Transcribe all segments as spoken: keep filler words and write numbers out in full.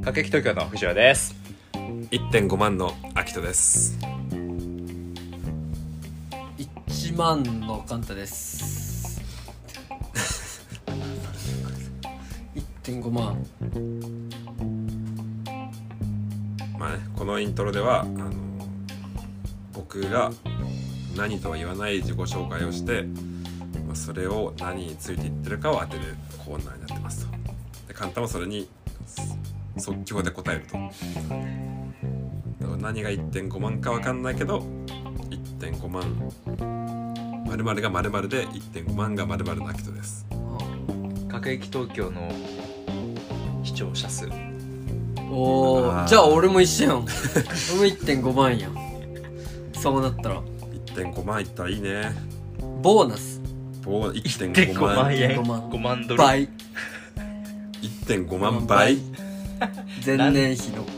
各駅東京の藤原です。 いってんご 万の秋人です。 いちまんのカンタです。いってんご 万。 まあね、このイントロではあの僕が何とは言わない自己紹介をして、まあ、それを何について言ってるかを当てるコーナーになってますと。でカンタもそれに即興で答えると。だから何が いってんご 万か分かんないけど いってんご 万〇〇が〇〇で いってんご 万が〇〇の秋人です。 各駅東京の視聴者数。 おー、じゃあ俺も一緒やん。俺も いってんご 万やん。そうなったらいってんご 万いったらいいね。 ボーナスボー いってんご 万円、 ごまんごまんドル、 倍、 いってんご 万倍前年比の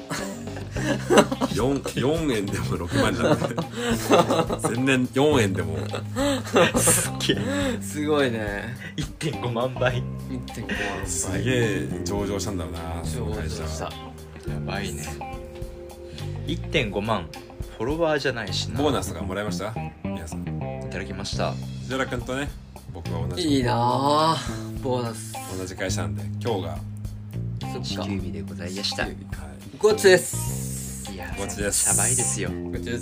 4, よんえんでもろくまんじゃなくて前年よんえんでもすげえすごいね。 いってんご 万倍。 いってんご 万すげえ上場したんだろうな。その上会社場した。 やばいね。 いってんご 万フォロワーじゃないしな。 ボーナスとかもらいました皆さん。 いただきました。 藤原君とね、僕は同じいいなぁ、ボーナス。 同じ会社なんで、今日が、はい、 そっか、 支給日でございました。いゴチです。 やごちですシャバいですよ。 ゴチです。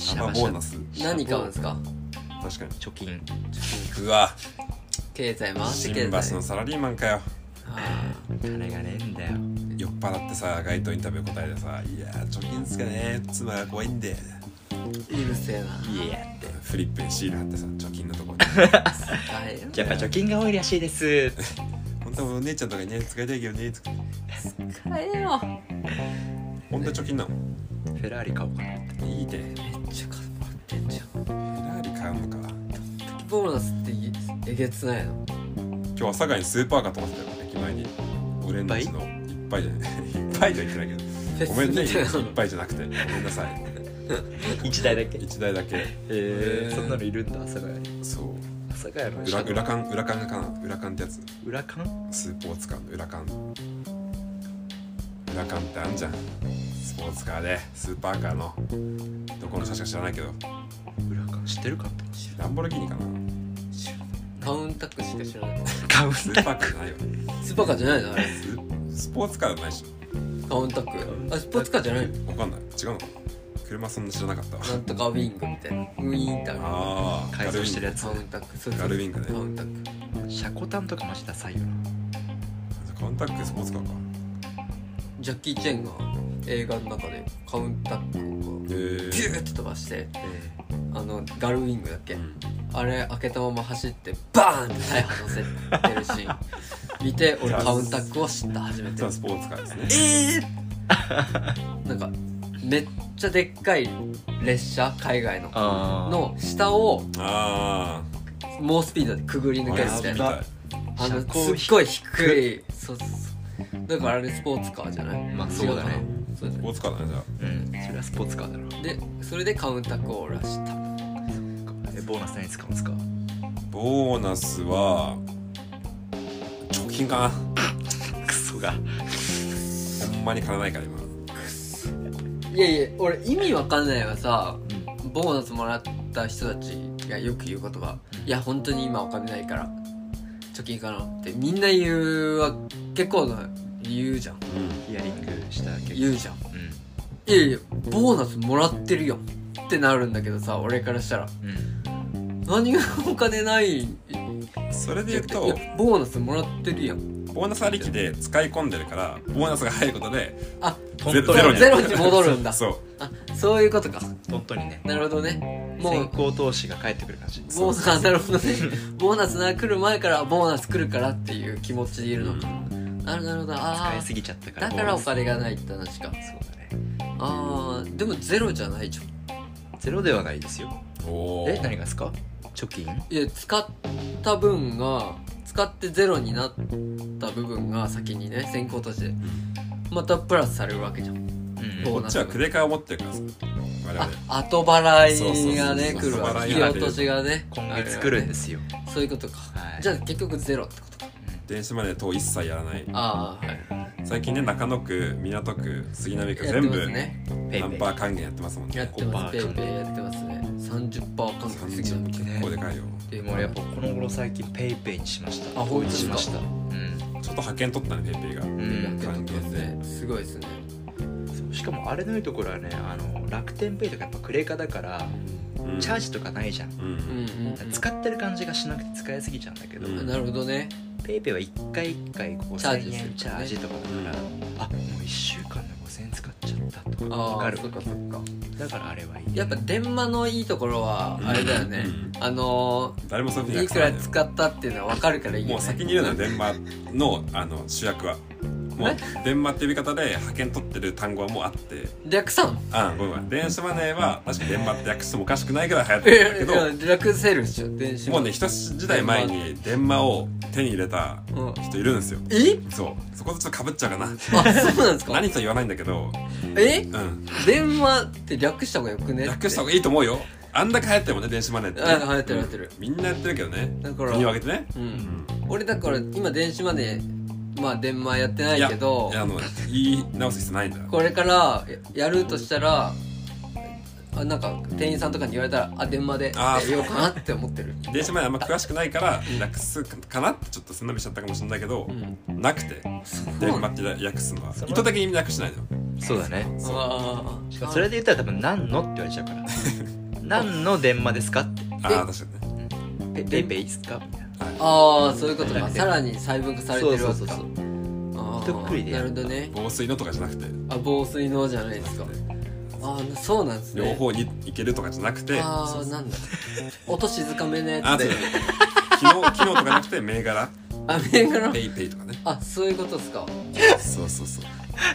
シャバボーナス。 何買うんですか？ 確かに貯金。 うわ経済回して新経済。 橋のサラリーマンかよ。 あ金がねえんだよ。 酔っ払ってさ、街頭インタビュー答えてさ、いやー貯金っすかね、妻が怖いんで、 ー、うるせえな。 いやってフリップにシール貼ってさ、貯金のとこに大変だやっぱ貯金が多いらしいです。 本当はお姉ちゃんとかにね、使いたいけどね、つって買えよ。 本当は貯金なの。 フェラーリ買おうかな。 いいね。 めっちゃ金もらってんじゃん。 フェラーリ買うのか。 ボーナスってえげつないの？ 今日朝霞にスーパーカー止まってたよ、駅前に。オレンジのいっぱいじゃないいっぱいとは言ってないけど、ごめんね、いっぱいじゃなくてごめんなさい。 一台だけ。 いちだいだけ。 えー、そんなのいるんだ。阿佐ヶ谷に。 そう、 阿佐ヶ谷の裏裏缶裏缶かな、裏缶ってやつ。 裏缶？ スポーツカーの裏缶。裏缶ってあんじゃん、スポーツカーでスーパーカーのどこの車種か知らないけど、 裏缶知ってるか？ ランボルギーニかな。 カウンタックしか知らない。 買うスーパーカーじゃないよスーパーカーじゃないのあれ？ ススポーツカーじゃないし。 カウンタック。あ、スポーツカーじゃないの？ わかんない、違うのかな。車そんな知らなかったわ。 なんとかウィングみたいな。ウィーンってある。 ああ、 改造してるやつカウンタック。そうそうガルウィングね。 カウンタック。 シャコタンとかマジダサいよな。 カウンタックスポーツカーか。 ジャッキー・チェンが映画の中でカウンタックをこうへえピューって飛ばして、 えあのガルウィングだっけ、 うん、 あれ開けたまま走ってバーンって大破させてるシーン見て、俺カウンタックを知った初めて。 実はスポーツカーですね。 えーなんかめっちゃでっかい列車、海外のあの下をあ猛スピードでくぐり抜けるみたいな。 あ、 あの車高すっごい低い、そうそうそう、だからあれスポーツカーじゃない？ まあそうだね。 そうだね。 スポーツカーだね。じゃあうん、それはスポーツカーだろ。 でそれでカウンタックを俺は知った。 え、ボーナス何使うんですか？ ボーナスは貯金かな。 クソが。 ほんまに金ないから今。 いやいや、俺意味わかんないわさ、ボーナスもらった人たちがよく言う言葉、いや本当に今お金ないから貯金かなってみんな言うは結構な言うじゃん。 ヒアリングした結果。 言うじゃん。 うんいやいや、ボーナスもらってるよってなるんだけどさ、俺からしたらうん何がお金ない。 それで言ういとやボーナスもらってるやん。 ボーナスありきで使い込んでるから、ボーナスが入ることであ、 ゼロ本当にゼロに戻るんだ。 そうあ、そういうことか。 本当にね。 なるほどね。も先う行投資が返ってくる感じ。 ボーナス、なるほどね。ボーナスが来る前からボーナス来るからっていう気持ちでいるのか。なるほどなるほど。ああ、 使いすぎちゃったから。 だからお金がないって話か。 そうだね。 ああ、でもゼロじゃないじゃん。 ゼロではないですよ。 おえ、何がですか？貯金？ いや、使った分が使ってゼロになった部分が先にね、先行としてまたプラスされるわけじゃん。 うんボーナスこっちはクレカを持ってるからさ、我々 あ、後払いがねそうそうそう来るわ。 後払い引き落としがね、 今月来るんですよ。 そういうことか。 はいじゃあ結局ゼロってことか。 電子マネー等一切やらない。 ああ、はい。 最近ね中野区港区杉並区やって全部ますね。 ナンペイペイパー還元やってますもんね。 やってます。ペイごパーペイやってますね。さんじゅっパーセント還元すぎ結構でかいよ。 でも俺やっぱこの頃最近ペイペイにしましたあほんとですかしましたうんちょっと派遣取ったねペイペイが。 うやんってますね。すごいですね。 そうしかもあれのいいところはねあの楽天ペイとかやっぱクレカだからうんチャージとかないじゃん、 うんうんうん。 使ってる感じがしなくて使いすぎちゃうんだけど、 うんなるほどね。 ペイペイはいっかいいっかいごチャージせんえんチャージとかだから、あもういっしゅうかんでごせんえん使っちゃったとかああ、 分かるそっかそっか。 だからあれはいいやっぱ電話のいいところはあれだよね。 うんあの誰もそういうふうにいくら使ったっていうのは分かるからいいよね。 もう先に言うのは電話のあの主役はもう電話って呼び方で派遣取ってる単語はもうあって略さん。 あごめんごめん電子マネーは確かに電話って訳してもおかしくないぐらい流行ってるんだけどいや略せるっしょ電子もうね一時代前に電話を手に入れたうん人いるんですよ。 えそうそことちょっとかぶっちゃうかな。 あそうなんですか。 何と言わないんだけどえうん電話って略した方がよくねって略した方がいいと思うよ。あんだけ流行ってるもんね電子マネーってね。 あ流行ってる流行ってるうんみんなやってるけどねだから国を挙げてね。 ううんん俺だから今電子マネーまあ電話やってないけどいやあの言い直す必要ないんだよ。 これからややるとしたらあなんか店員さんとかに言われたらあ電話でってあー言おうかなって思ってる電子マネーあんま詳しくないから略すかなってちょっと背伸びしちゃったかもしれないけど、 うんなくて電話って訳すのは意図的に訳しないのよ。 そうだねあしかもそれで言ったら多分何のって言われちゃうから何の電話ですかってああ確かにね。 ペペイペイですかみたいなあーそういうことか楽天さらに細分化されてるわけかそうそうそうあー一括りでやるなるほどね防水のとかじゃなくてあ防水のじゃないですかあーそうなんですね両方にいけるとかじゃなくてあそうそうあなんだ音静かめのやあそうつで機能機能とかじゃなくて銘柄あ銘柄ペイペイとかね。 あそういうことですかそうそうそう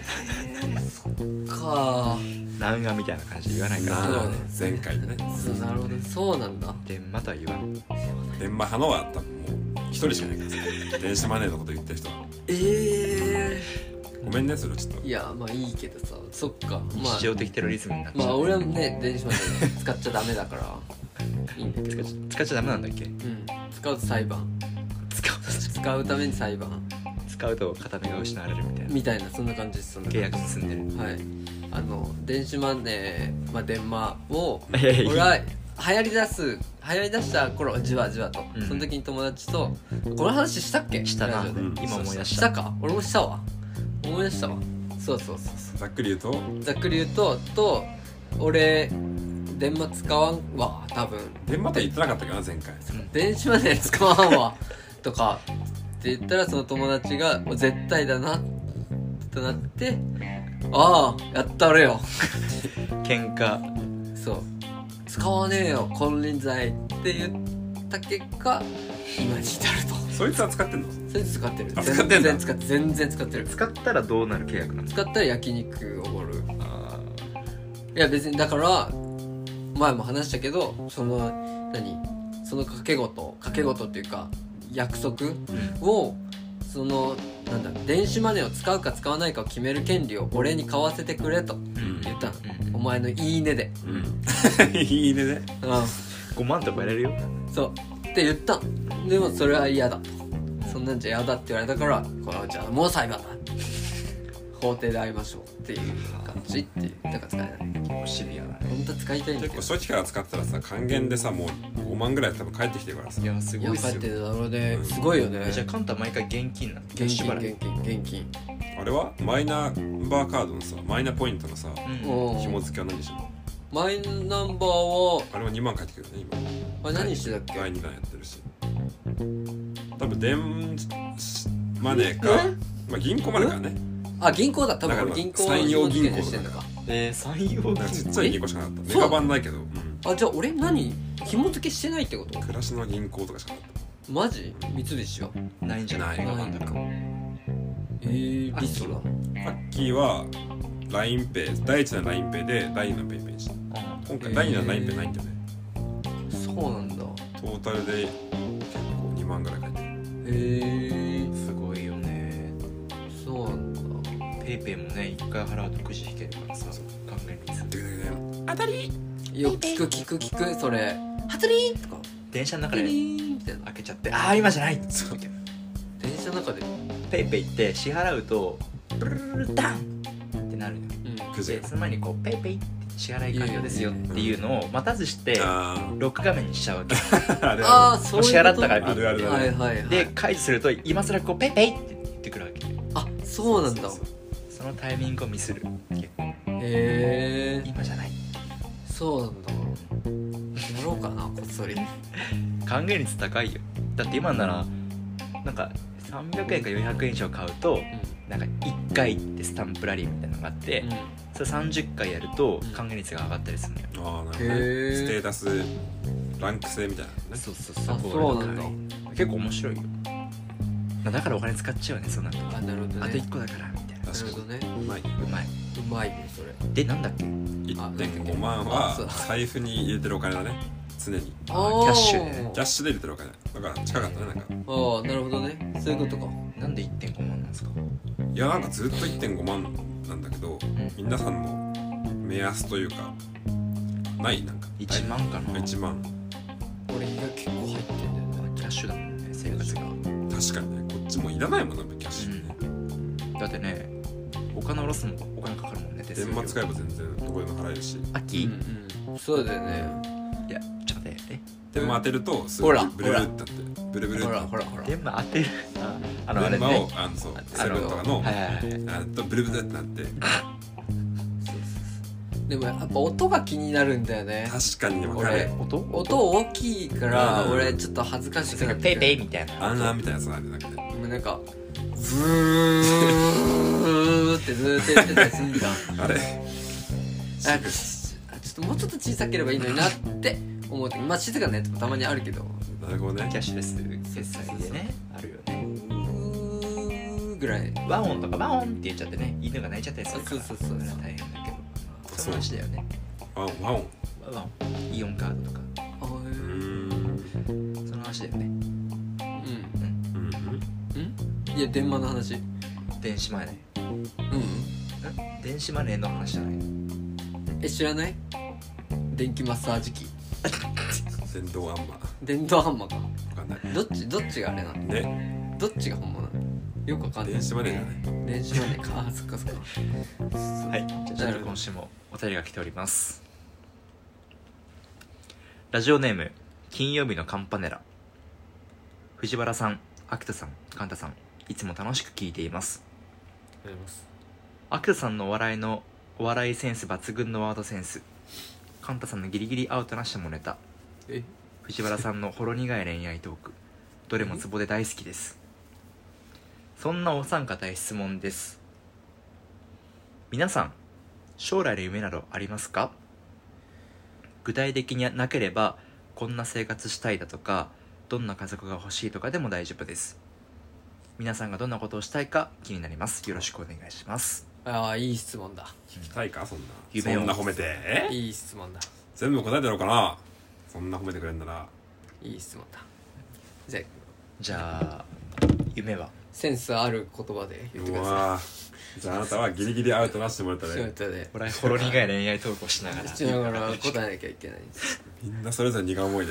か南岸みたいな感じで言わないからなあそうね前回ねそうなるほどそうなんだ電話とは言わん電話派のは多分もう一人しかいないから電子マネーのこと言ってる人はえごめんねそれはちょっとえいやまあいいけどさそっかまあ日常的テロリズムになっちゃう、 まあ俺はね電子マネー使っちゃダメだからいいんだけど使っちゃ使っちゃダメなんだっけうん使うと裁判使う使うために裁判使うと片目が失われるみたいなみたいなそんな感じですそんな契感じ約結んでるはいあの電子マネー、まあ、電話をいやいや俺は流行り出す流行り出した頃じわじわと、 うんその時に友達とこの話したっけしたな、 ラジオでうん今思い出ししたたか俺もしたわ思い出したわそうそうそうそざっくり言うとうざっくり言うとと俺電話使わんわ多分電話って言ってなかったかな前回。 電子マネー使わんわとかって言ったらその友達がもう絶対だなとなってああやったれよ喧嘩そう使わねえよ金輪際って言った結果今に至るとそいつは使ってんの？ それで使ってるあ使ってんだ全然使って全然使ってる使ったらどうなる契約なの使ったら焼肉おごるあいや別にだから前も話したけどその何その掛け事掛け事っていうか約束をそのなんだ電子マネーを使うか使わないかを決める権利を俺に買わせてくれとうん言ったの、 うんお前のいいねでうんいいねね。 うごまんとかやれるよんそうって言ったのでもそれは嫌だとそんなんじゃ嫌だって言われたからこれはじゃあもう裁判だ法廷で会いましょうっていう感じっていうだから使えない結構シビアだね本当は使いたいんだけど結構初期から使ったらさ還元でさもうごまんぐらい多分返ってきてるからさい。やすいごいっすよや帰ってるだろうねすごいよねえじゃあカンタ毎回現金なのキャッ現金シュ払い現金現金あれはマイナンバーカードのさマイナポイントのさうんおー紐付けは何でしょマイナンバーはあれはにまん返ってくるね今。 あれ何してたっけ第にだんやってるし多分電マネーか、まあ、銀行マネーかね。 あ銀行だ多分だから俺銀行山陽銀行とかしてんのかえー、山陽なんかちっちゃい銀行しかなかった。メそうガバンないけど、うん、 あじゃあ俺何紐付けしてないってこと暮らしの銀行とかしかなかっマジ三菱はないんじゃないないメガバンだかえー、リストだた。アッキーは ラインペイ 第一弾 ラインペイで第二弾ペイペイにした。今回第二弾 ラインペイないんだよね。 そうなんだトータルで結構にまんぐらい返ってる。 へえすごいよねそうなんだペイペイもね一回払うとくじ引けるからさ還元率ででで当たりよく聞く聞く聞くそれハツリーンとか電車の中ピでリーンみたいな開けちゃってああ今じゃないそうみたいな電車の中でペイペイって支払うとブルルルダンってなるのよ。 うんくじでその前にこうペイペイって支払い完了ですよっていうのを待たずしてあロック画面にしちゃうわけーあれあああそういうこと支払ったからあるあるだねはいはいはいで解除すると今更こうペイペイって言ってくるわけ。 あそうなんだそうそうそのタイミングをミスる結構へえ今じゃない。 そうなんだやろうかなこっそり還元率高いよ。だって今ならなんかさんびゃくえんかよんひゃくえん以上買うとなんかいっかいってスタンプラリーみたいなのがあって、 うんそれさんじゅっかいやるとうん還元率が上がったりするのよ。 ああなるほどねへーステータスランク制みたいなのねそうそうあそうなんだ結構面白いよ。だからお金使っちゃうよねそうなると。 あなるほどねあといっこだからみたいな。 なるほどねうまいうまい。 うまいねそれでなんだっけ。 いってんごまんあそうは財布に入れてるお金だね常にあーキャッシュでねキャッシュで入れてるお金だから近かったねなんかああなるほどねそういうことかなんで いってんごまんなんですか。 いやなんかずっといってんごまんなんだけど、 ん皆さんの目安というかないなんかいちまんかな。 いちまん俺が結構入ってんだよねキャッシュだもんね生活が。 確かにねこっちもいらないもんなキャッシュね、 だってねお金下ろすのもお金かかるもんね手数料。 電話使えば全然どこでも払えるし秋、 うんうんそうだよねいやちょっと待ってえ電話当てるとすぐほらブルブルってなってブルブルってほらほらほら電話当てるああのあれ電話ねをあのそうあセブンとかのはいはいはいあとブルブルってなってでもやっぱ音が気になるんだよね確かに分かる音音大きいからうん俺ちょっと恥ずかしくなってペイペイみたいなあんなみたいなやつがあるだけでもうなんかブーってずーっと言ってたりするんじゃんあれあちあちょっともうちょっと小さければいいのになって思う時まあ静かなやつもたまにあるけどなるほどねキャッシュレス決済でねあるよね。 うーぐらいワンオンとかワンオンって言っちゃってね犬が泣いちゃったりするからそうそうそうそうれは大変だけどその話だよね。 ワンワンワンオンイオンカードとかあうーーんその話だよね。 うんうんんいや電話の話電子マネうんーん電子マネーの話じゃないの。 え知らない電気マッサージ機電動アンマ電動ハンマーかーわかんないどっちどっちがあれなのねどっちが本物なのよくわかんない電子マネーじゃない電子マネーかあそっかそっかはい、じゃあちょっと今週もお便りが来ております。ラジオネーム金曜日のカンパネラ。藤原さん、アクタさん、カンタさん、いつも楽しく聞いています。 ありますアクタさんのお笑いのお笑いセンス抜群のワードセンス、カンタさんのギリギリアウトな下ネタ、 え藤原さんのほろ苦い恋愛トーク、どれもツボで大好きです。そんなお三方へ質問です。皆さん将来の夢などありますか？具体的になければこんな生活したいだとかどんな家族が欲しいとかでも大丈夫です。皆さんがどんなことをしたいか気になります。よろしくお願いします。 ああいい質問だ聞きたいかそんな夢をそんな褒めてえいい質問だ全部答えてやろうかなそんな褒めてくれるならいい質問だじゃあじゃあ夢はセンスある言葉で言ってくださうわーじゃああなたはギリギリアウトなしてもらったいら仕事で俺はほろ苦い恋愛トークをしながらしながら答えなきゃいけないんですみんなそれぞれ荷が重いで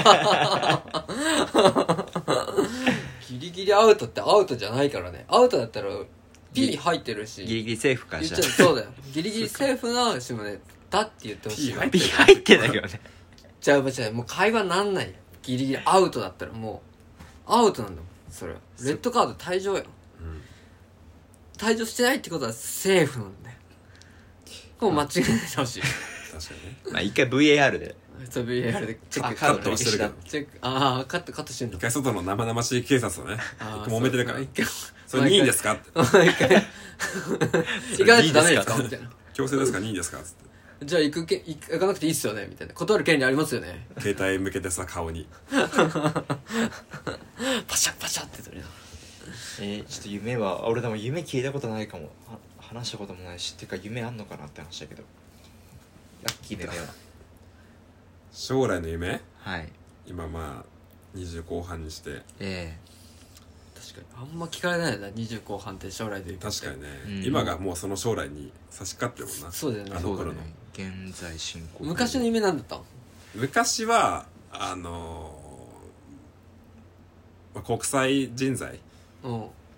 ギリギリアウトってアウトじゃないからねアウトだったら P 入ってるしギリギリセーフか言っじゃあちゃうそうだよギリギリセーフな下ネタって言ってほしい P 入ってピ入ってんだけどねじゃあじゃあもう会話なんないよギリギリアウトだったらもうアウトなんだもんそれはレッドカード退場ようん退場してないってことはセーフなんだよこう間違えないでほしい確かにねまあ一回 ブイエーアール でそう ブイエーアール でチェックカットはしてるけどチェックああカットカットしてんの一回外の生々しい警察とねあー揉めてるからそう一回それ任意ですかって毎回行かないとダメですかみたいな強制ですか任意ですかっつってじゃあ行くけ行行かなくていいっすよねみたいな断る権利ありますよね携帯向けてさ顔にパシャパシャって取りなえー、ちょっと夢は俺でも夢聞いたことないかもは話したこともないしっていうか夢あんのかなって話だけどラッキーの夢は将来の夢はい今まあにじゅう後半にしてえ確かにあんま聞かれないよなにじゅう後半って将来で言うと確かにね、 うん今がもうその将来に差し掛かってるもんなそうだよねえあの頃のそうだね現在進行形昔の夢なんだったの昔はあのーまあ国際人材うん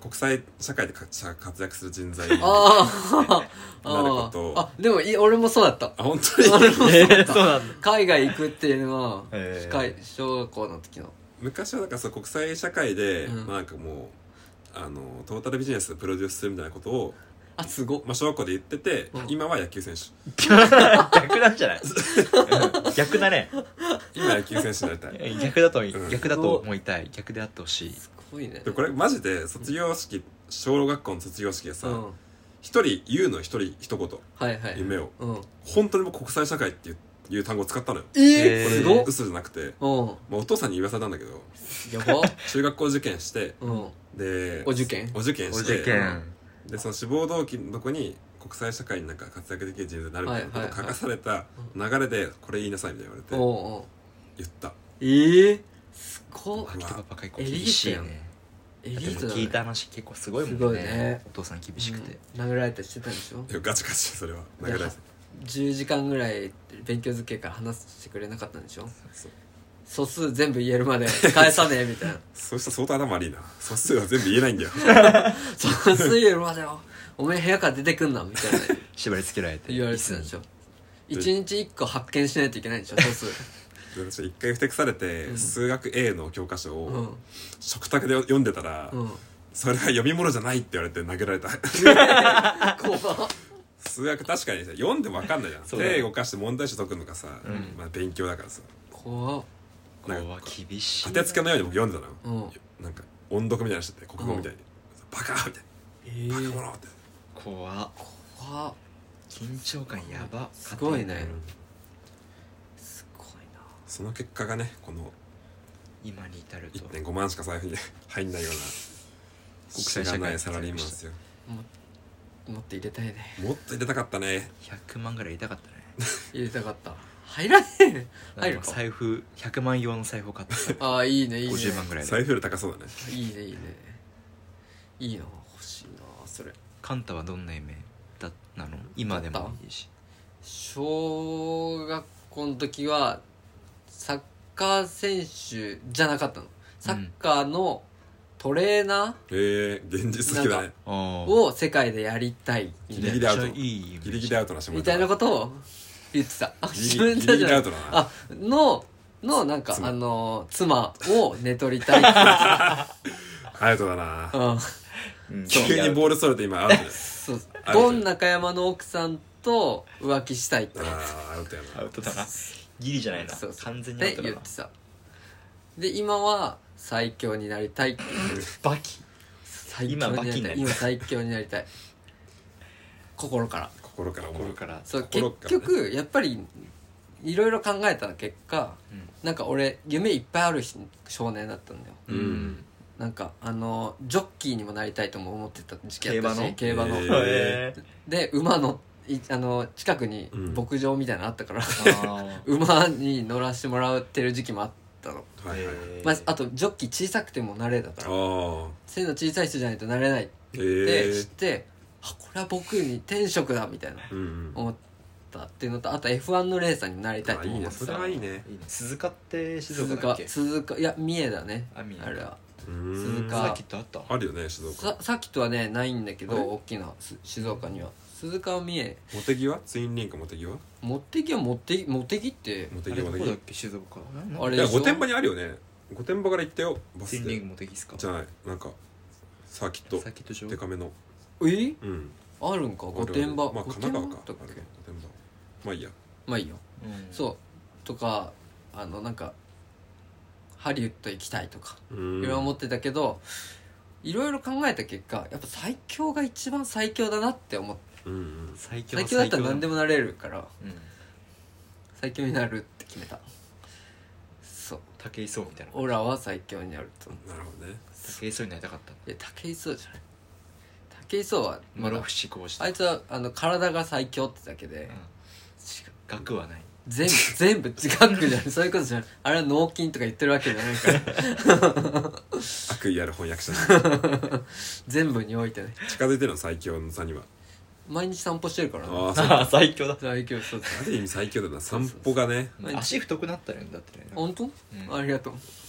国際社会で活躍する人材になるあこと。 あでもい俺もそうだった。 あ本当に俺もそうだった、 えーそうなんだ海外行くっていうのは、 へー海小学校の時の昔はなんかそう国際社会で、 うんまあ、なんかもうあのトータルビジネスプロデュースするみたいなことを、 あすごっまあ、小学校で言ってて、 うん今は野球選手逆なんじゃない逆だね今野球選手になりたい逆だと、 ん逆だと思いたい逆であってほしいすごいね。 でこれマジで卒業式小学校の卒業式でさうん一、人言うの一人一言はいはい夢をうん本当にもう国際社会っていういう単語を使ったのよ。 えー、 えーすごっ嘘じゃなくて、 うんまあ、お父さんに言わされたんだけどやば中学校受験してうんでお受験お受験おして受験でその志望動機のとこに国際社会になんか活躍できる人材になるみたいなことを書かされた流れでこれ言いなさいみたいな言われておうおう言った。 えー、すごっ秋田パパ結構エリート厳しいやんねエリートだね聞いた話結構すごいもんねすごいねお父さん厳しくて、 うん殴られたりしてたんでしょ。 いやガチガチそれは投げられてじゅうじかんぐらい勉強机から話してくれなかったんでしょ。 そう素数全部言えるまで返さねえみたいなそうしたら相当頭悪いな素数は全部言えないんだよ素数言えるまでよお前部屋から出てくんなみたいな縛り付けられて言われてたんでしょ。いちにちいっこ発見しないといけないんでしょ素数。 私一回ふてくされて、 うん数学 A の教科書をうん食卓で読んでたら、 うんそれは読み物じゃないって言われて投げられた怖っ数学確かにさ読んでも分かんないじゃん、 そうだよ手動かして問題集解くのがさ、 うんまあ、勉強だからさ怖っこれは厳しい当てつけのように僕読んでたのよ、 うんなんか音読みたいなのしてて国語みたいに、バカみたいえなバカー者って、 怖っ怖っ緊張感やばすごいねうんすごいな。 その結果がねこの今に至るといってんごまんしか財布に入んないような国際社会知らないサラリーマンですよ。 ももっと入れたいね。 もっと入れたかったね。 ひゃくまんぐらい痛かったね入れたかった入らねえ入るか。 財布ひゃくまん用の財布を買ってさああいいねいいねごじゅうまんぐらいで財布より高そうだね。 いいねいいねいいな欲しいなそれ。 カンタはどんな夢だなの今でもいいし小学校の時はサッカー選手じゃなかったの。サッカーのトレーナえー、現実的だね。 あーあを世界でやりたいみたいなギリギリアウトめっちゃいい夢ギリギリアウトな下ネタみたいなことを言ってた。あギリ自分ギリギリアじゃないウトだな。 あののなんか妻あの妻を寝取りたいって言ってアウトだな。 た。うんうん急にボールそれて今アウトだよ。 そうあるじゃんゴン中山の奥さんと浮気したいってあーアウトやな。 アウトだなギリじゃないなそうそう完全にってアウトだな言ってた。で今は最強になりたいって言ってる。 バキ最強になりたい今バキになりたい今最強になりたい心から。 心から思う。 心からそう心結からね局やっぱりいろいろ考えた結果うんなんか俺夢いっぱいある少年だったんだよ。 うんなんかあのジョッキーにもなりたいとも思ってた時期あったし競馬の競馬の、 へへで馬のいあの近くにうん牧場みたいなのあったから、 あ馬に乗らせてもらってる時期もあったの、 ーはいはい。 まあ、あとジョッキー小さくてもなれだからああ。 背の小さい人じゃないとなれないっえて知っー。 て、あこれは僕に天職だみたいなうんうん。 思ったっていうのとあと エフワン のレーサーになりたいあいいね。そと思ってた。 れはいいね。 いいね鈴鹿って静鈴鹿岡だっけ鈴鹿いや三重だねあ三重あれはうーん鈴鹿さっきとあったあるよね静岡さ。さっきとはねないんだけあれど大きなす静岡には鈴鹿三重モテギはツインリンクモテギは持ってきは持ってき持ってきってモあテギモテギれどこだっけ静岡あれでしょいや御殿場にあるよね。御殿場から行ったよバスで。 ツインリングもできっすかじゃないなんかサーキットサーキット場デカめの。 えうん。 あるんか御殿場まあ御神奈川か。 だっけあれ御殿場。まあいいや。 まあいいようんそうとかあのなんかハリウッド行きたいとかういろいろん思ってたけどいろいろ考えた結果やっぱ最強が一番最強だなって思ってうんうん。 最強最強だったら何でももなれるからうん最強になるって決めた。そう武井壮みたいなオラは最強になると。 なるほどね。 武井壮になりたかったいや武井壮じゃない武井壮はまだ室伏講師あいつはあの体が最強ってだけで、 うん違う学はない全部全部違くじゃないそういうことじゃないあれは脳筋とか言ってるわけじゃないから悪意ある翻訳者全部においてね近づいてるの最強の差には。 毎日散歩してるからねああそう。 ああ最強だ最強そうある意味最強だな散歩がね。 そうそう足太くなったよねだってね本当、 んありがとう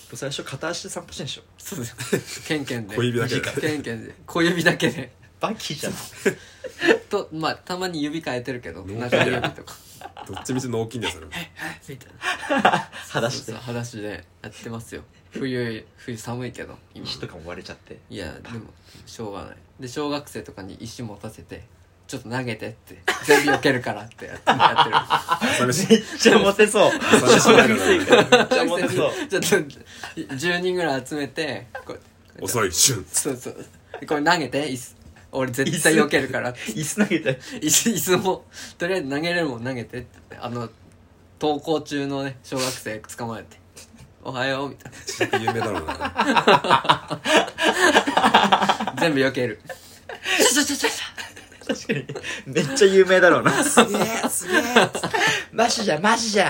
最初片足で散歩してんでしょ。 そうですケンケンで小指だけでケンケンで小指だけでバキじゃん。 とまあたまに指変えてるけど脳筋中指とかどっちみち脳筋だよそれみたいな裸足でそうそう裸足でやってますよ。冬冬寒いけど今石とかも割れちゃって。 いやでもしょうがないで小学生とかに石持たせてちょっと投げてって全部避けるからってやってやってる朝飯めっちゃモテそう。 朝飯前のめっちゃモテそう。 ちょっとじゅうにんぐらい集めてこう遅い瞬そうそうこれ投げて椅子俺絶対避けるからって椅子投げて。 椅子椅子もとりあえず投げれるもん投げてってあの登校中のね小学生捕まえておはようみたいな有名だろうな全部避けるシャシャシャシ確かにめっちゃ有名だろうな。 すげえすげえマジじゃマジじゃ。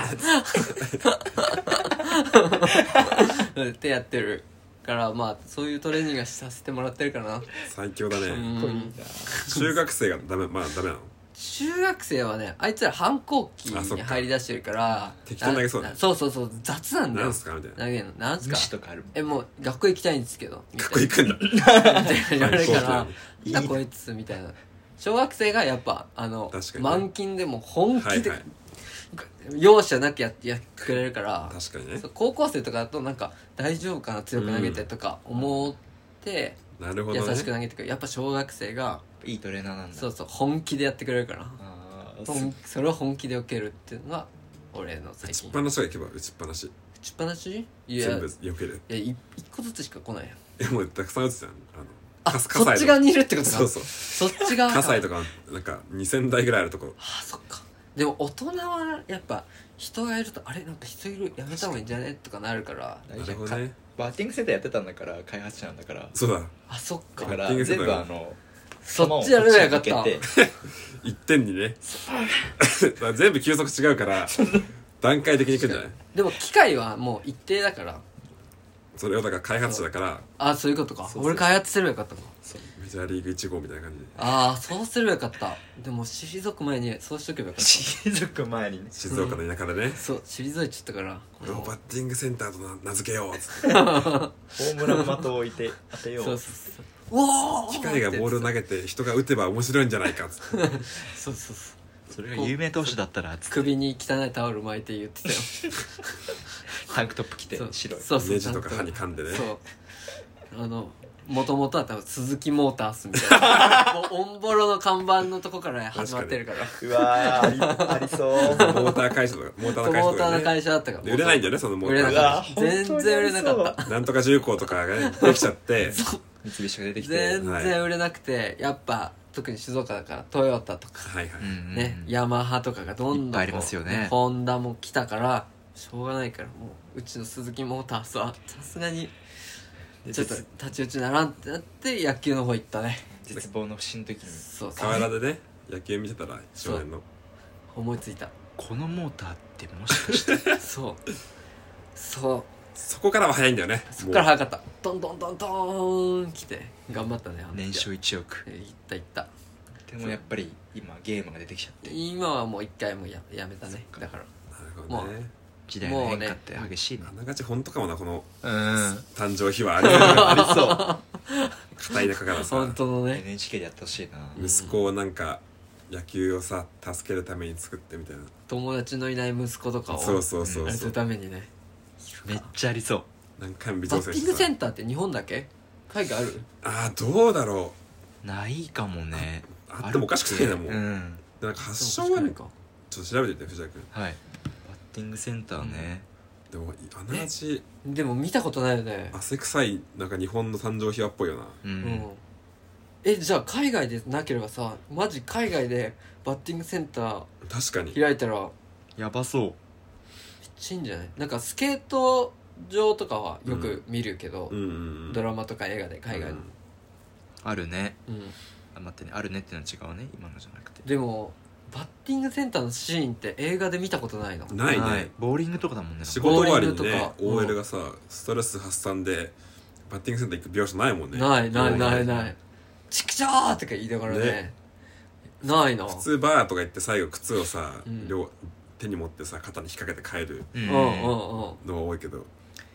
ャってやってるからまあそういうトレーニングはさせてもらってるかな。 最強だねうん中学生がダメまあダメなの中学生はねあいつら反抗期に入り出してるから適当に投げそうだなそうそうそう雑なんだよなんすかみたいな投げるのなんすか虫とかあるもん。 えもう学校行きたいんですけどみた学い校行くんだなって言われるから反抗 「なんだこいつ」みたいな小学生がやっぱあの確かにね満勤でも本気で、 はいはい容赦なくやってやってくれるから確かにねそう高校生とかだとなんか大丈夫かな強く投げてとか思って、 なるほどね優しく投げてくれるやっぱ小学生がいいトレーナーなんだ。 そうそう本気でやってくれるからあー本それを本気で受けるっていうのが俺の最近打ちっぱなしが行けば打ちっぱなし打ちっぱなしいや全部避けるいやい一個ずつしか来ないよいやもうたくさん打つじゃんあのあかそっち側にいるってことかそうそうそっち側か葛西とかなんかにせんだいぐらいあるとこあそっかでも大人はやっぱ人がいるとあれなんか人いるやめた方がいいんじゃねとかなるから大丈夫かなるほどねバッティングセンターやってたんだから開発者なんだから。 そうだあそっかだからバッティングセン全ター部あのそっちやればよかった球をこっちに向けていってんにね全部球速違うから段階的にいくんじゃないでも機械はもう一定だからそれをだから開発者だからあそういうことかそうそう俺開発すればよかったかメジャーリーグいち号みたいな感じでああそうすればよかったでも退く前にそうしとけばよかった退く前にね。 静岡の田舎でねそう退いちゃったからこれをバッティングセンターとな名付けようっつってホームラン的を置いて当てよう。 そうそうそううわー機械がボールを投げて人が打てば面白いんじゃないかっつってそうそうそうそれが有名投手だったらつって首に汚いタオル巻いて言ってたよタンクトップ着てそう白い。 そうそうネジとか歯に噛んでねそうあのもともとは多分鈴木モータースみたいなもうオンボロの看板のとこから始まってるからうわーありありそう。 モーター会社とかモーターの会社モーターのとかね会社だったからで売れないんだよねそのモ売れーターがなかった全然売れなかったなんとか重工とかがねできちゃって三菱が出てきて。 全然売れなくてやっぱ特に静岡だからトヨタとかはいはい、 うんうんうんね、ヤマハとかがどんどんいっぱいありますよねホンダも来たからしょうがないからもううちの鈴木モータースはさすがにちょっと太刀打ちならんってなって野球の方行ったね絶望の節の時にそうそう河原でね野球見てたら少年の思いついたこのモーターってもしかしてそうそうそこからは早いんだよねそっからも早かったドンドンドンドーン来て頑張ったねあの時は年商いちおく。 えいったいったでもやっぱり今ゲームが出てきちゃって今はもう一回もややめたねだからうなるほどね時代の変化って激しいね。 あながち本当かもなこのうん誕生秘話あれありそう。 硬い中からさ本当のねエヌエイチケー でやってほしいな。 息子をなんか野球をさ助けるために作ってみたいな友達のいない息子とかをそうそうそうそうやるためにねめっちゃありそう。 何回も微バッティング調整してさセンターって日本だけ海外あるああどうだろないかもね。 うあってもおかしくないなもう、 うんでなんか発そ祥はねうかかちょっと調べてみて藤田君はい。バッティングセンターね。 でもあながちでも見たことないよね汗臭いなんか日本の誕生秘話っぽいよなううんんえじゃあ海外でなければさマジ海外でバッティングセンター確かに開いたらめっやばそう。 ちゃいいんじゃないなんかスケート場とかはよく見るけど、 うんうんうんドラマとか映画で海外の、 あるね。 うんあ待ってね、あるねってのは違うね今のじゃなくて。 でもバッティングセンターのシーンって映画で見たことないのないね、 はいボーリングとかだもんね。 仕事終わりにねボーリングとかオーエル がさストレス発散でバッティングセンター行く描写ないもんねないないないいないチクチョーとか言いながらねねないな普通バーとか行って最後靴をさ、 うん両手に持ってさ肩に引っ掛けて帰るううんうんうんのが多いけど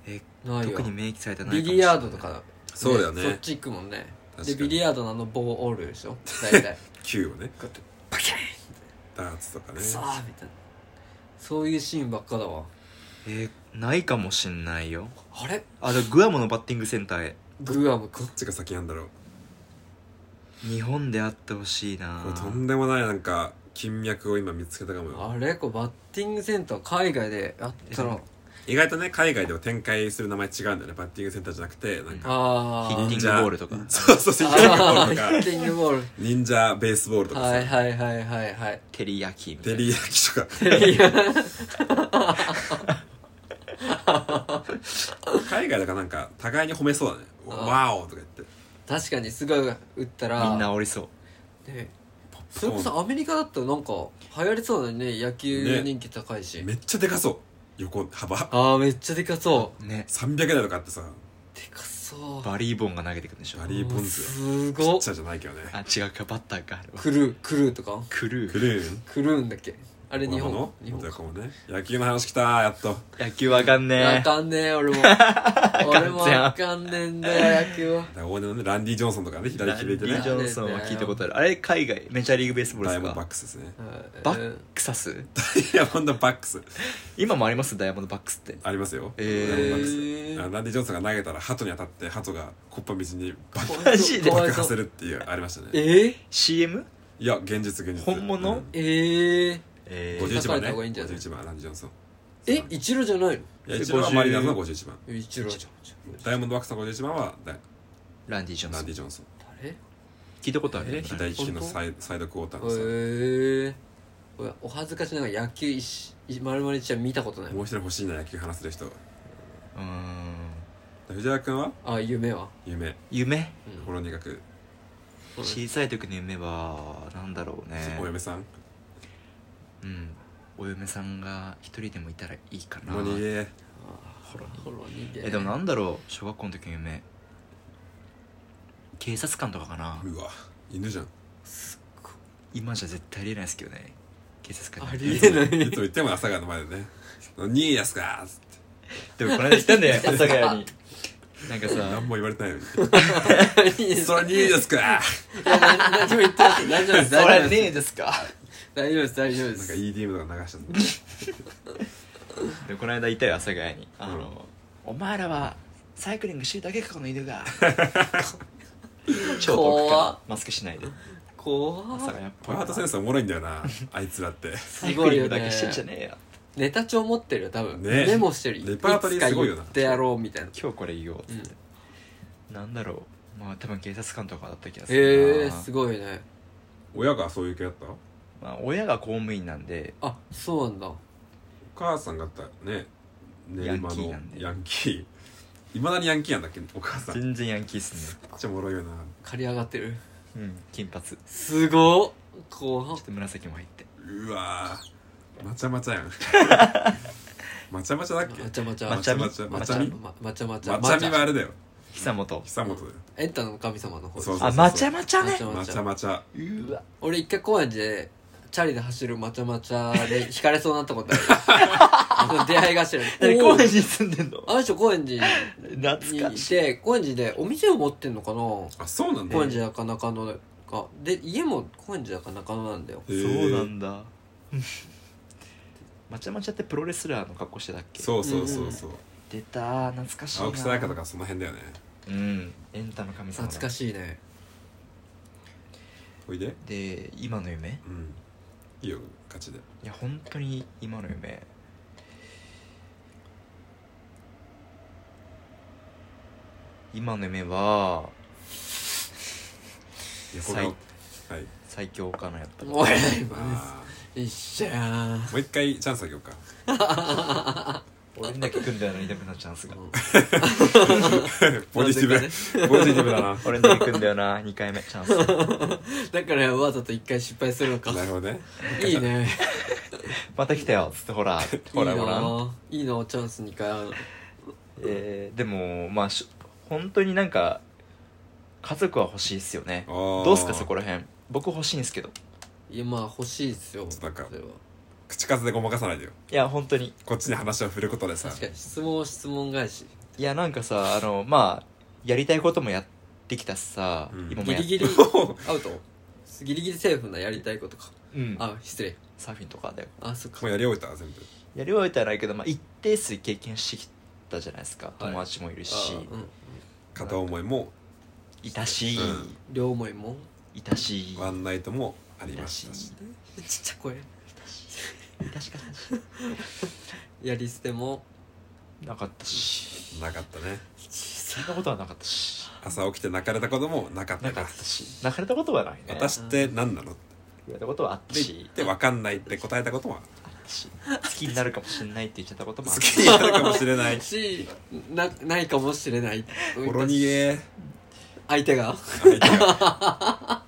えないよ特に明記されてないかもしれない。 ビリヤードとかそうだよねそっち行くもんね。 確かにでビリヤードのあの棒おるでしょ大体球をねこうやってパキャーンダーツとかねさあみたいなそういうシーンばっかだわ。 えー、ないかもしんないよ。 あれあでグアムのバッティングセンターへグアムかどっちが先なんだろう。 日本であってほしいな。 これとんでもないなんか金脈を今見つけたかもよ。 あれこうバッティングセンター海外でやったら意外とね海外では展開する名前違うんだよね。バッティングセンターじゃなくてなんかあーヒッティングボールとかそうそうヒッティングボールとかあーヒッティングボール忍者ベースボールとかさ、 はいはいはいはいはいテリヤキみたいな。 テリヤキとかいや海外だからなんか互いに褒めそうだね。 あーワオとか言って確かにすごい打ったらみんなおりそう。 でそれこそアメリカだったらなんか流行りそうだよね。野球人気高いし、 めっちゃでかそう。横幅ああめっちゃでかそうね。 さんびゃくだいとかあってさ、 でかそうバリーボンが投げてくるんでしょ。 バリーボンズすごっちっちゃいじゃないけどね。 あ違うか、バッターか。 クルークルーとかクルー。 クルーンクルーンだっけあれ日本の日本かもね野球の話きたーやっと。 野球わかんねえ。 わかんねえ俺も俺もわかんねえんだよ野球はだから大根のねランディ・ジョンソンとかね左ランディ・利きでねジョンソンは聞いたことある。あれ海外メジャーリーグベースボールダイヤモンドですか。 バックスですね。 バックサス。 ダイヤモンドバックス今もありますダイヤモンドバックスって。 ありますよ。 えーダイヤモンドバックスえーあのランディ・ジョンソンが投げたら鳩に当たって鳩がコッパ道に爆マジで爆破するっていうありましたね。 えー、 シーエム？ いや現実現実本物うんえー、 えー、 ごじゅういちばんね叩いた方がいいんじゃないごじゅういちばんランディ・ジョンソン。 え一郎じゃないのいや一番マリナーズのごじゅういちばん。 一郎じゃんダイヤモンドバックスのごじゅういちばんはダイランディ・ジョンソンランディ・ジョンソン。 誰聞いたことある。 え左利きのサイサイドクォーターのさ、 えー、俺お恥ずかしながら野球一まるまる一は見たことないもう一人欲しいな野球話せる人。 うーん。 藤原君はあ夢は夢夢、 ほろ苦くうん小さい時の夢はなんだろうね。 お嫁さんうん。お嫁さんが一人でもいたらいいかな。 もう逃げほらほら逃げえでもなんだろう、小学校の時の夢、警察官とかかな。 うわ犬じゃん。 今じゃ絶対ありえないですけどね、警察官あに。 りえないいつも言っても朝霞の前でね「にいですか?」っつってでもこの間言ったんだよ阿佐ヶ谷に。なんかさ何も言われてないのにいい 「 ですそれにいですか?」 いや何何も言ってない大丈夫ですそ大丈夫ですれねえですか。 大丈夫です大丈夫でなんかすイーディーエム とか流したんだでもこの間言ったよ阿佐ヶ谷に、あの、お前らはサイクリングしてるだけかこの犬が。超遠くからマスクしないで。 怖阿佐ヶ谷っぽいな。 パートセンスおもろいんだよなあいつらって。 サイクリングだけしてんじゃねえよ。 ネタ帳持ってるよ多分ねメモしてるレパートリーすごいよなつか言ってやろうみたいな今日これ言おうっつって、なんだろう、まあ多分警察官とかだった気がするな。 へえすごいね親がそういう系だった？おまあ、親が公務員なんで、 あそうなんだ母さんがあったね練馬のヤンキーなんでヤンキーいまだにヤンキーなんだっけお母さん。めっ全然ヤンキーっすね。 ちゃおもろいよな。 刈り上がってるうん、金髪、ちょすごっ怖っっと紫も入って。 うわーまちゃまちゃやんまちゃまちゃだっけ？ まちゃまちゃまちゃみまちゃままちゃちゃみままちゃまちゃまちゃみはあれだよ久本。 久本だよ。 エンタの神様の方そうそうあ、まちゃまちゃね。 まちゃまちゃうわ。 俺一回高円寺でチャリで走るまちゃまちゃで引かれそうになったことあるあの出会い頭に何おー高円寺に住んでんの？ あの人高円寺にい懐かしい。 て高円寺でお店を持ってんのかなあそうなんだ。 高円寺だか中野かで家も高円寺だか中野なんだよへーそうなんだ。まちゃまちゃってプロレスラーの格好してたっけ？ そうそうそうそう。 出たー、懐かしいな。 青木さやかとかその辺だよね。 うん、エンタの神様だ。 懐かしいねおいで。 で、今の夢、 うんいいよガチで。 いや本当に今の夢、今の夢は横顔。はい。 最強かなやっぱり。 おいあ一緒やーもう一回チャンスあげようか。 俺にだけ組んだよな、にだめなチャンスが。 ポジティブなぜポジティブだな。 俺にだけ組んだよな、にかいめチャンス。 だからわざと一回失敗するのかなるほどね。 いいねまた来たよっつってほらほらいいほら。 ないいなチャンスにかいあるえー、でもまあし本当になんか家族は欲しいっすよね。 あーどうすかそこら辺。僕欲しいんすけど。 いやまあ欲しいですよなんかそれは口数でごまかさないでよ。 いや本当にこっちに話を振ることでさ。 確かに質問質問返しいやなんかさあのまあやりたいこともやってきたしさ、 うん今もやっギリギリアウトギリギリセーフなやりたいことか。 うんあ失礼。 サーフィンとかだよあそっかもうやり終えた全部やり終えたらないけど、まあ、一定数経験してきたじゃないですか、友達もいるし、 あうん片思いもいたし、 うん両思いもいたしワンナイトもありいたしましたしちっちゃい声いたしかやり捨てもなかったしなかったねそんなことはなかったし朝起きて泣かれたこともなかったなかったし泣かれたことはないね私って何なのって言われたことはあった言しって分かんないって答えたこともあったし好きになるかもしれないって言っちゃったこともあ好っきになるかもしれないしなないかもしれないほろ逃げ相手が相手が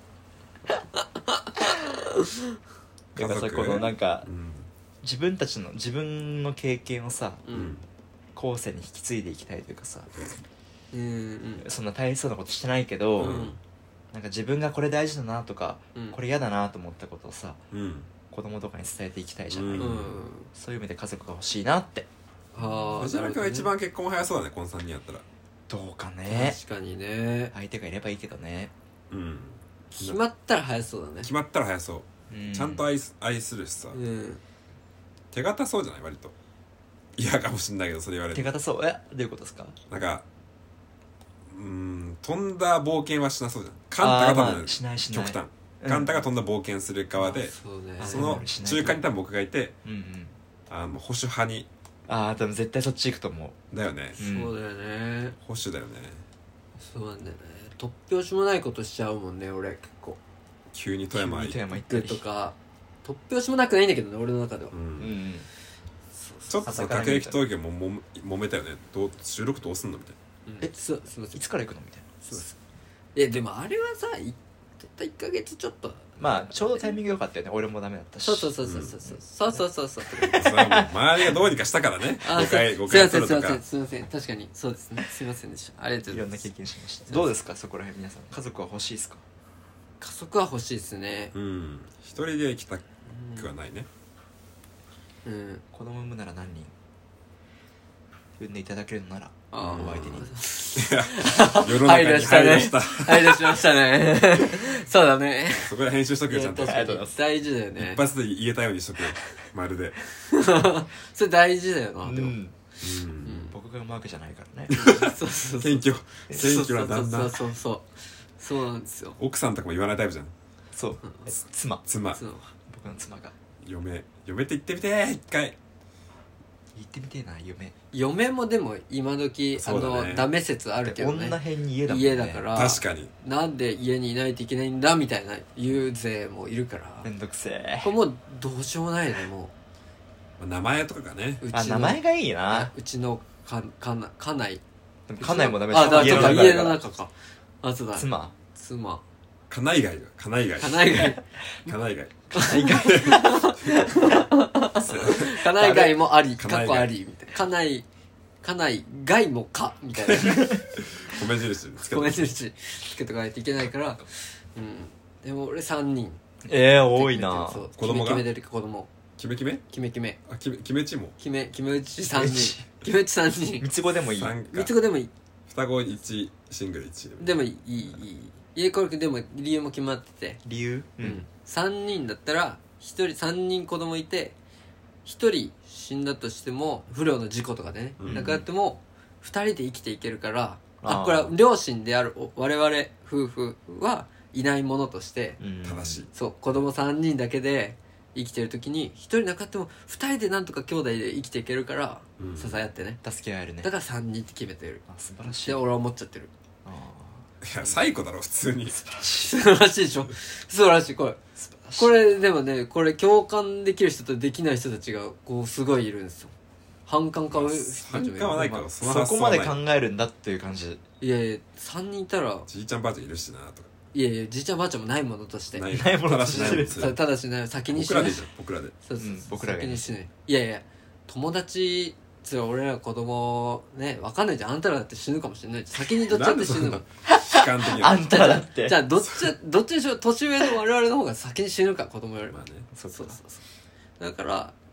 ただからさこのなんかうん自分たちの自分の経験をさううんん後世に引き継いでいきたいというかさうんうんそんな大切なことしてないけど、 うんなんか自分がこれ大事だなとか、 うんこれ嫌だなと思ったことをさうん子供とかに伝えていきたいじゃない、 うんうんそういう意味で家族が欲しいなってああ藤原君が一番結婚早そうだねこのさんにんやったらどうかね確かにね相手がいればいいけどね、 うん決まったら早そうだね決まったら早そううん、 ちゃんと愛す愛するしさうん手堅そうじゃない割と嫌かもしんないけどそれ言われて手堅そうえどういうことですかなんかうーん飛んだ冒険はしなそうじゃんカンタが多分あーまあしないしない極端うんカンタが飛んだ冒険する側でそうねあそのしない中間に多分僕がいてうんうんあの保守派にああ多分絶対そっち行くと思だよねうんそうだよね保守だよねそうなんだよね突拍子もないことしちゃうもんね俺結構急に富山う富行っ山行ったりとか突拍子もなくないんだけどね俺の中ではううんんちょっとさ学歴東京もも揉めたよねどう収録どうすんのみたいえそうすいませんいつから行くのみたいなそうですえでもあれはさいたったいっかげつちょっとまあちょうどタイミング良かったよね俺もダメだったしそうそうそうそうそうそうそうそうそうなそれはもう周りがどうにかしたからねあ誤解誤すいま解するとかせんすいませんすいません確かにそうですねすいませんでしたありがとういろんな経ございます験しましたどうですかそこら辺皆さん家族は欲しいですか加速は欲しいですねうん一人で行きたくはないねうん子供産むなら何人産んでいただけるのならあお相手に世の中に入らしたはい出しましたねそうだねそこで編集しとくよちゃんといや確かに大事だよね一発で言えたようにしとくよまるでそれ大事だよなでもうんうん僕が産むわけじゃないからねそうそうそう謙虚謙虚な旦那そうそうそうそうそうなんですよ奥さんとかも言わないタイプじゃんそうえ妻妻そう僕の妻が嫁嫁って言ってみて一回言ってみてえな夢嫁もでも今時あそうだねのダメ説あるけどね女編に家だもんね家だから確かになんで家にいないといけないんだみたいな言う勢もいるからめんどくせえこれもうどうしようもないねも名前とかがねううあ名前がいいなうちのかかな家内でも家内もダメあだ家のとか家中だからの中かあそうだ妻妻家内外が家内外家内外家内外家外家内外もあり家内外過去ありみたいな家内家内外もかみたいな米印つけてごめん印つけとかないといけないからうんでも俺さんにんえー、多いなそう子供が決め決めてる子供決め決め決め決めあ決め決めちも決め決め打ちさんにん決め打ちさんにん三つ子でもいい三三かつ子でもいい双子いちシングルいちでもいいいいいい家これでも理由も決まってて理由ううんさんにんだったらひとりさんにん子供いてひとり死んだとしても不慮の事故とかでねうん亡くなってもふたりで生きていけるからあーあこれは両親であるお我々夫婦はいないものとしてうん正しいそう子供さんにんだけで生きてる時にひとり亡くなってもふたりでなんとか兄弟で生きていけるからうん支え合ってね助け合えるねだからさんにんって決めてるあ素晴らしいで俺は思っちゃってるあいや最高だろ普通に素晴らしい素晴らしいでしょ素晴らしいこれ素晴らしいこれでもねこれ共感できる人とできない人たちがこうすごいいるんですよ反感買う人たちもいる反感はないまあからそのそこまで発想はない考えるんだっていう感じいやいやさんにんいたらじいちゃんばあちゃんいるしなとかいやいやじいちゃんばあちゃんもないものとしてないないものただしないものとしてそうただしない先に死ぬ僕らでいいじゃん僕らでそうそううん僕らがいい先に死ぬいやいや友達つう俺ら子供ねわかんないじゃんあんたらだって死ぬかもしれないじゃん先にどっちだって死ぬのなんでそんな悲観的なあんたらだってじゃあどっちどっちにしろ年上の我々の方が先に死ぬか子供よりもまあねそっかそうそうそうだから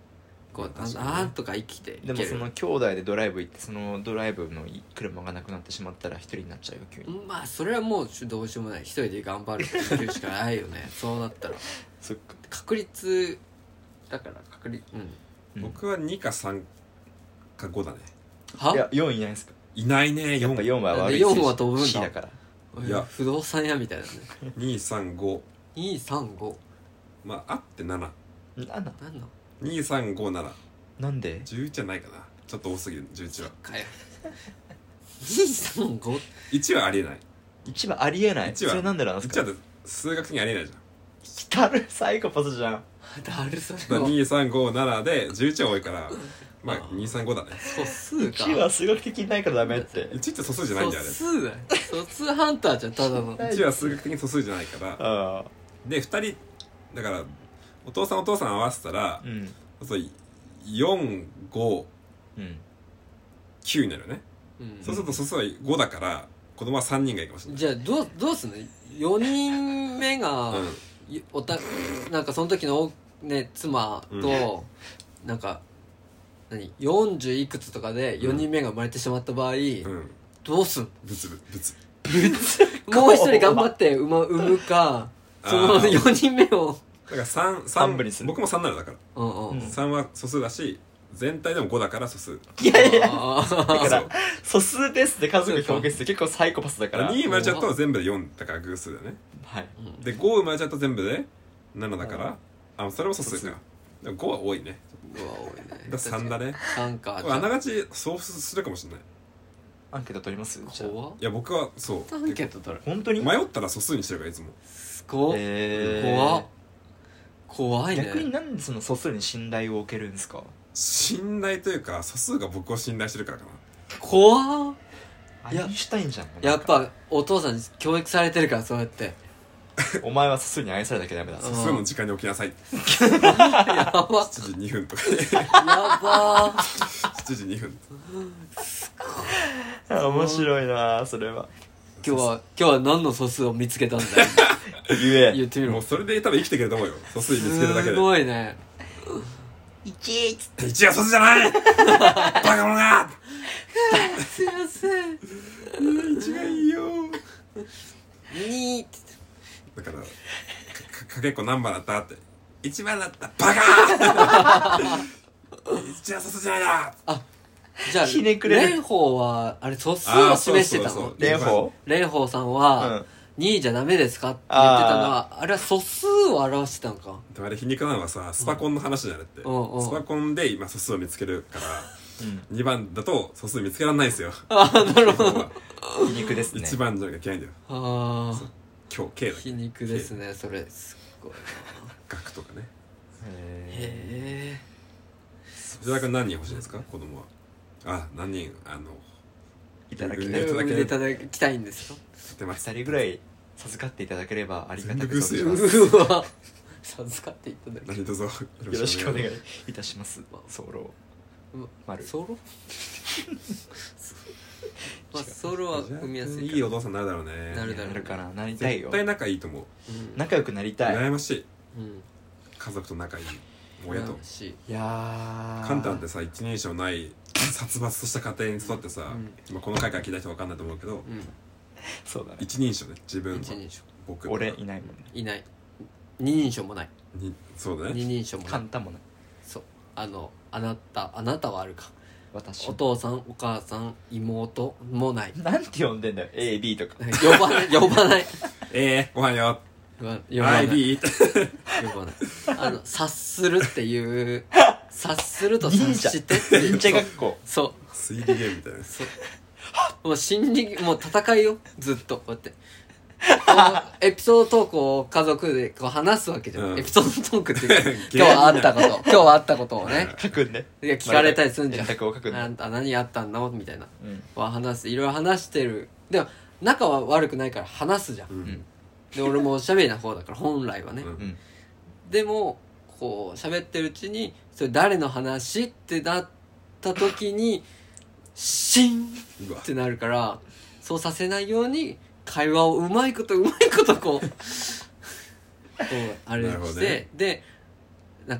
こう確かにねなんとか生きていける。 でもその兄弟でドライブ行ってそのドライブの車がなくなってしまったら一人になっちゃうよ急に。 まあそれはもうどうしようもない、一人で頑張るっていうしかないよねそうなったらそっか。 確率だから確率うんうん僕はにかさんかごだね。 はいやよんいないですか。 いないね。 やっぱよんは悪いなんでよんは飛ぶんだ C だから。 いや不動産屋みたいなねにさんごにさんごまああってなななんだなんのにさんごなななんでじゅういちはないかな。ちょっと多すぎるじゅういちは。 かよにさんごいちはありえない。 いちはありえない。 いちはそれなんでなんですいちはか。 数学的にありえないじゃん。 来たるサイコパスじゃん。 だるそだかられはにさんごななでじゅういちは多いからまああにさんごだね。 素数かいちは数学的にないからダメって。 いちって素数じゃないんだよね。 素数だよ素数ハンターじゃんただのはいいちは数学的に素数じゃないから。 ああ。 でふたりだからお父さんお父さん合わせたらうんそうよんごうんきゅうになるよね。 うんそうすると素数はごだから子供はさんにんがいいかもしれない。 じゃあどうどうすんのよにんめが、 うんいおたなんかその時のね妻と、なんか何よんじゅういくつとかでよにんめが生まれてしまった場合、 うんどうすんのブツブツもう一人頑張って産む産むかそのあーよにんめをだからさん、さん半分にする僕もさんなのだからうんうん、 うんさんは素数だし全体でもごだから素数いやいやあだーから素数ですって家族表現して結構サイコパスだから。 に生まれちゃうと全部でよんだから偶数だよね。 はい。 でご生まれちゃうと全部でななだからあそれも素数素数か。でもごは多いね。 うわ多いねだからさんだね。 さんかこれあながちそうするかもしれない。 アンケート取りますじゃあ。 怖っいや僕はそうアンケート取る本当に。 迷ったら素数にしてるからいつも。 すごっ、 えー怖っ怖いね逆になんでその素数に信頼を置けるんですか。 信頼というか素数が僕を信頼してるからかな。 怖っアインシュタインじゃん。 やっぱお父さんに教育されてるからそうやってお前は素数に愛されなきゃダメだ。 うん素数の時間に起きなさい。 やばしちじにふんとかでやばしちじにふん。 面白いなそれは。 今日は今日は何の素数を見つけたんだよ言え。 言ってみろもうそれで多分生きていけると思うよ。素数見つけるだけすで。 ごいねいちっつっていちは素数じゃないバカ者がすいませんいちがいいよにだからかかけっこ何番だったっていちばんだったバカいちは素数じゃないなじゃあひねくれる蓮舫はあれ素数を示してたのあーそうそうそう蓮舫。 蓮舫さんうはん。 にいじゃダメですかって言ってたのはあれは素数を表してたのかでもあれ皮肉なのはさスパコンの話じゃなくて、 うんうんスパコンで今素数を見つけるからうん。 にばんだと素数見つけられないんですよああなるほどど皮肉ですね。 いちばんじゃなきゃいけないんだよああ今日 K だ皮肉ですねそれすっごいな学とかねへへえ藤田君何人欲しいですか子供はあ何人あのーいただけえる。 だけ産んでいただきたいんですか出ます二人ぐらい授かっていただければありがたく全部偶数や存じます。 うわ授かっていただき何卒よよろしくお願いいいたします。ソロうわ丸。 ソロまあソロは産みやすいいいお父さんになるだろうねなるだろうなるかな。なりたいよ。 絶対仲いいと思ううん仲良くなりたい。 羨ましいうん家族と仲いい親と羨ましいいやー。 カンタンってさ一人称ない殺伐とした家庭に育ってさ、 うんまあ、この回から聞いた人分かんないと思うけどうんそうだね。 一人称ね自分は一人称僕俺いないもんね。 いない二人称もないにそうだね二人称もないカンタもない。 そうあのあなたあなたはあるか私お。父さんお母さん妹もないなんて呼んでんだよ。A、B とか。 呼ばない呼ばないえー、ご飯よ呼ば呼ばないアイビー呼ばないあの察するっていう察すると察してっていう忍者学校。 そう推理ゲームみたいなそうもう心理もう戦いよずっとこうやってこうエピソードトークを家族でこう話すわけじゃん、 うんエピソードトークっていうか芸人今日はあったこと今日はあったことをね書くんで。 いや聞かれたりするんじゃん円卓を書くんで。 あんた何やったんだみたいなうん。 は話すいろいろ話してるでも仲は悪くないから話すじゃん、 ううんん。 で俺もおしゃべりな方だから本来はね、 うんうん。 でもこう喋ってるうちにそれ誰の話ってなった時にシンうわってなるからそうさせないように会話をうまいことうまいことこうこうあれなるほして、 どねでなんか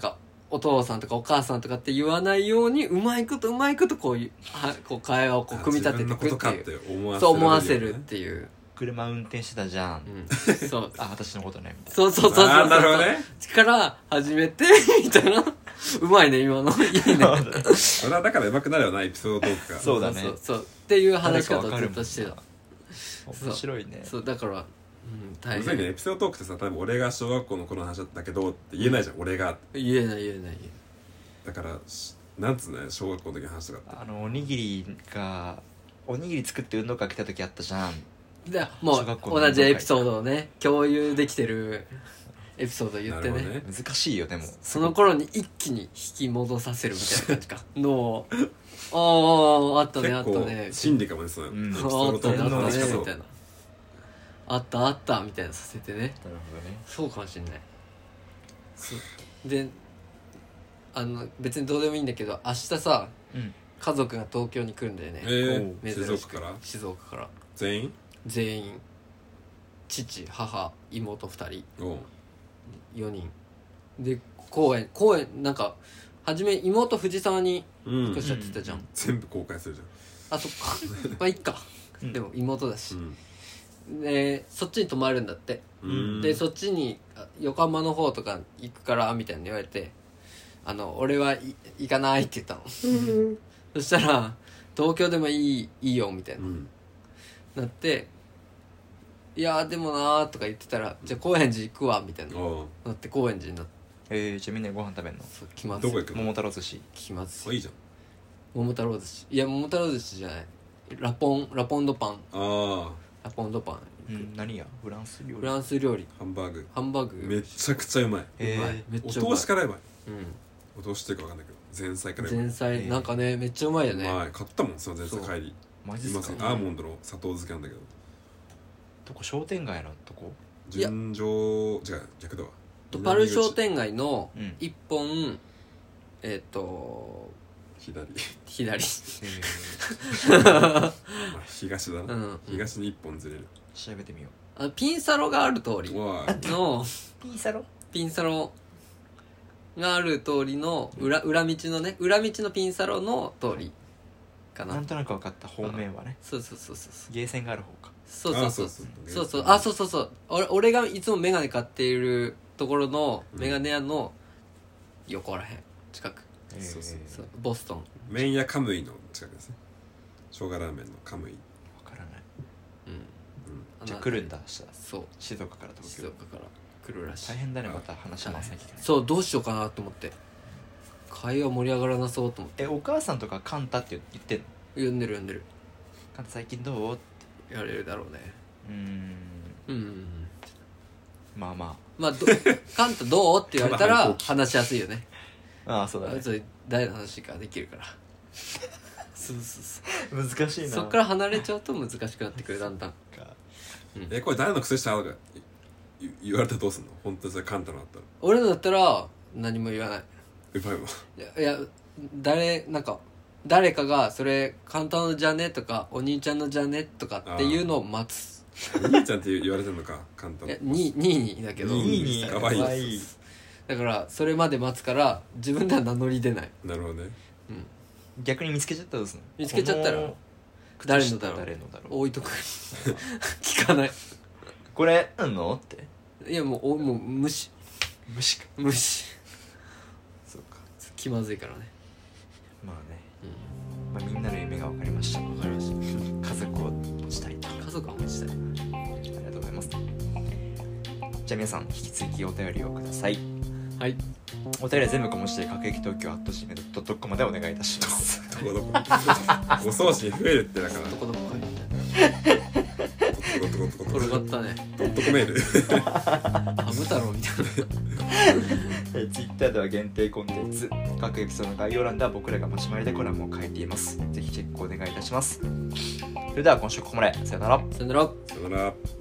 お父さんとかお母さんとかって言わないようにうまいことうまいことこういうはこう会話をこう組み立てていくっていうって思わせる、ね、 そう思わせるっていう車運転してたじゃん、 うん、そうあ私のことねみたいなそうそうそうそうあーなるほどねから始めてみたいなうまいね今のいいね俺はだから上手くなるよなエピソードトークがそうだねそうそうそうっていう話し方をずっとしてた面白いねそうだから、うん、大むずいね変エピソードトークってさ例えば俺が小学校の頃の話だったけどって言えないじゃん、俺が言えない言えないだからしなんつうのね小学校の時の話とかってあのおにぎりがおにぎり作って運動会来た時あったじゃんでも小学校のう同じエピソードをね共有できてるエピソードを言ってねなるほどね難しいよでもその頃に一気に引き戻させるみたいな感じかのあああったねあった結構ね心理かもねそのエうんピあソードトークったねあったの話し方ねみたいなあったあったみたいなさせてねなるほどねそうかもしれないそうであの別にどうでもいいんだけど明日さうん家族が東京に来るんだよね、 えー、 珍しく静岡から静岡から全員全員父母妹ふたりおうよにんで公園公園なんか初め妹藤沢にうん引っ越しちゃってたじゃん、 全部公開するじあそっかまあいっか、 うんでも妹だしゃん、うんでそっちに泊まるんだって、 うんでそっちにあ横浜の方とか行くからみたいに言われてあの俺はい行かないって言ったのそしたら東京でもいいいいよみたいな、 うんなっていやーでもなーとか言ってたらじゃあ高円寺行くわみたいなおうなって高円寺になってえー、じゃあみんなでご飯食べんのそう気まずいどこ行くの桃太郎寿司気まずいあいいじゃん桃太郎寿司いや桃太郎寿司じゃないラポンラポンドパンあラポンドパンうん何やフランス料理フランス料理あハンバーグハンバーグめちゃくちゃうまいえうまいー、 めっおちゃうまい通しからうまいうお通しっていうかわかんないけど前菜からうまいん前菜、 えーなんかねめっちゃうまいよね、 うまい買ったもんその前菜そう帰りマジっすか今さアーモンドの砂糖漬けなんだけどどこ商店街のとこいや純情違う逆だわとパル商店街のうん一本えっ、と左左まあ東だな、 うん東に一本ずれる調べてみよあのピンサロがある通りわーのうピーサロピンサロがある通りの裏裏道のね裏道のピンサロの通りかななんとなく分かった方面はねそうそうそうそうゲーセンがある方かそうそうそうあそそううそうそうそうあそうそうそう俺俺がいつもメガネ買っているところのメガネ屋の横らへん近く、 えーそうそうそうボストン麺屋カムイの近くですね生姜ラーメンのカムイ、 分からないうんうん、 じゃあ来るんだ明日そう静岡から東京静岡から来るらしい大変だねまた話しなさいけないそうどうしようかなと思って会話盛り上がらなそうと思ってえお母さんとかカンタって言ってんの呼んでる呼んでるカンタ最近どうってやれるだろうねうーんうんまあままあどカンタどうって言われたら話しやすいよねあああそうだねそれ誰の話かできるからそうそうそ難しいうなそっから離れちゃうと難しくなってくるだんだんかえこれ誰の靴下とか言言われたらどうすんの本当にそれカンタのだったら俺のだったら何も言わないうまいわいやいや誰なんか誰かがそれ簡単のじゃねとかお兄ちゃんのじゃねとかっていうのを待つ兄ちゃんって言われてんのかカンタのいやにににだけどにいいにかわいいかわいいだからそれまで待つから自分では名乗り出ないなるほどね逆に見つけちゃったらどうすんの見つけちゃったらこの誰のだろう誰のだろう置いとく聞かないこれなんのっていやもうおもう無視無視か無視そうか気まずいからねまあね、まあ、みんなの夢が分かりました分かりました家族を持ちたいと家族は持ちたいありがとうございますじゃあ皆さん引き続きお便りをくださいはいお便りは全部小文字で各駅東京 アットジーメールドットコム までお願いいたしますどこどこご送信増えるってだからどこどこ書いてどこどこどこどこ転がったねドットコメールハム太郎みたいなツイッターでは限定コンテンツ各エピソードの概要欄では僕らがマシュマリでコラムを書いていますぜひチェックお願いいたしますそれでは今週ここまでさよならさよならさよなら